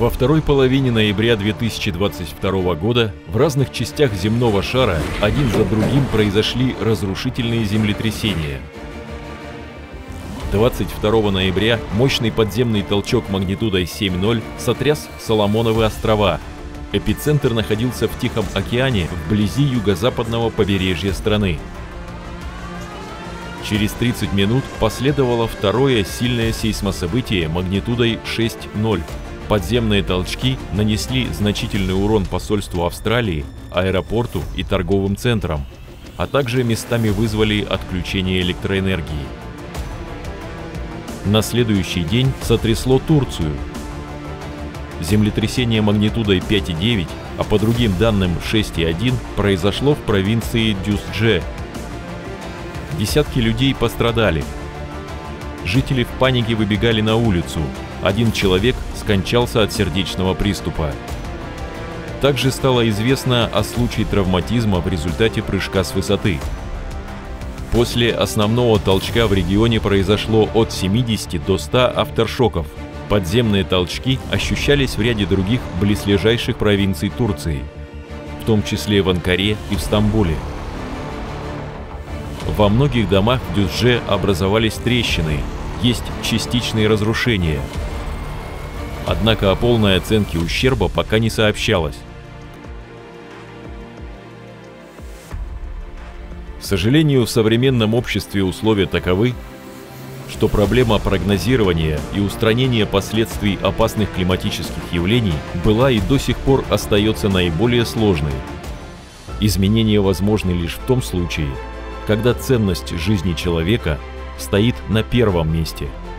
Во второй половине ноября 2022 года в разных частях земного шара один за другим произошли разрушительные землетрясения. 22 ноября мощный подземный толчок магнитудой 7,0 сотряс Соломоновы острова. Эпицентр находился в Тихом океане вблизи юго-западного побережья страны. Через 30 минут последовало второе сильное сейсмособытие магнитудой 6,0. Подземные толчки нанесли значительный урон посольству Австралии, аэропорту и торговым центрам, а также местами вызвали отключение электроэнергии. На следующий день сотрясло Турцию. Землетрясение магнитудой 5,9, а по другим данным 6,1, произошло в провинции Дюсдже. Десятки людей пострадали. Жители в панике выбегали на улицу. Один человек скончался от сердечного приступа. Также стало известно о случае травматизма в результате прыжка с высоты. После основного толчка в регионе произошло от 70 до 100 авторшоков. Подземные толчки ощущались в ряде других близлежащих провинций Турции, в том числе в Анкаре и в Стамбуле. Во многих домах в Дюсдже образовались трещины, есть частичные разрушения. Однако о полной оценке ущерба пока не сообщалось. К сожалению, в современном обществе условия таковы, что проблема прогнозирования и устранения последствий опасных климатических явлений была и до сих пор остается наиболее сложной. Изменения возможны лишь в том случае, когда ценность жизни человека стоит на первом месте.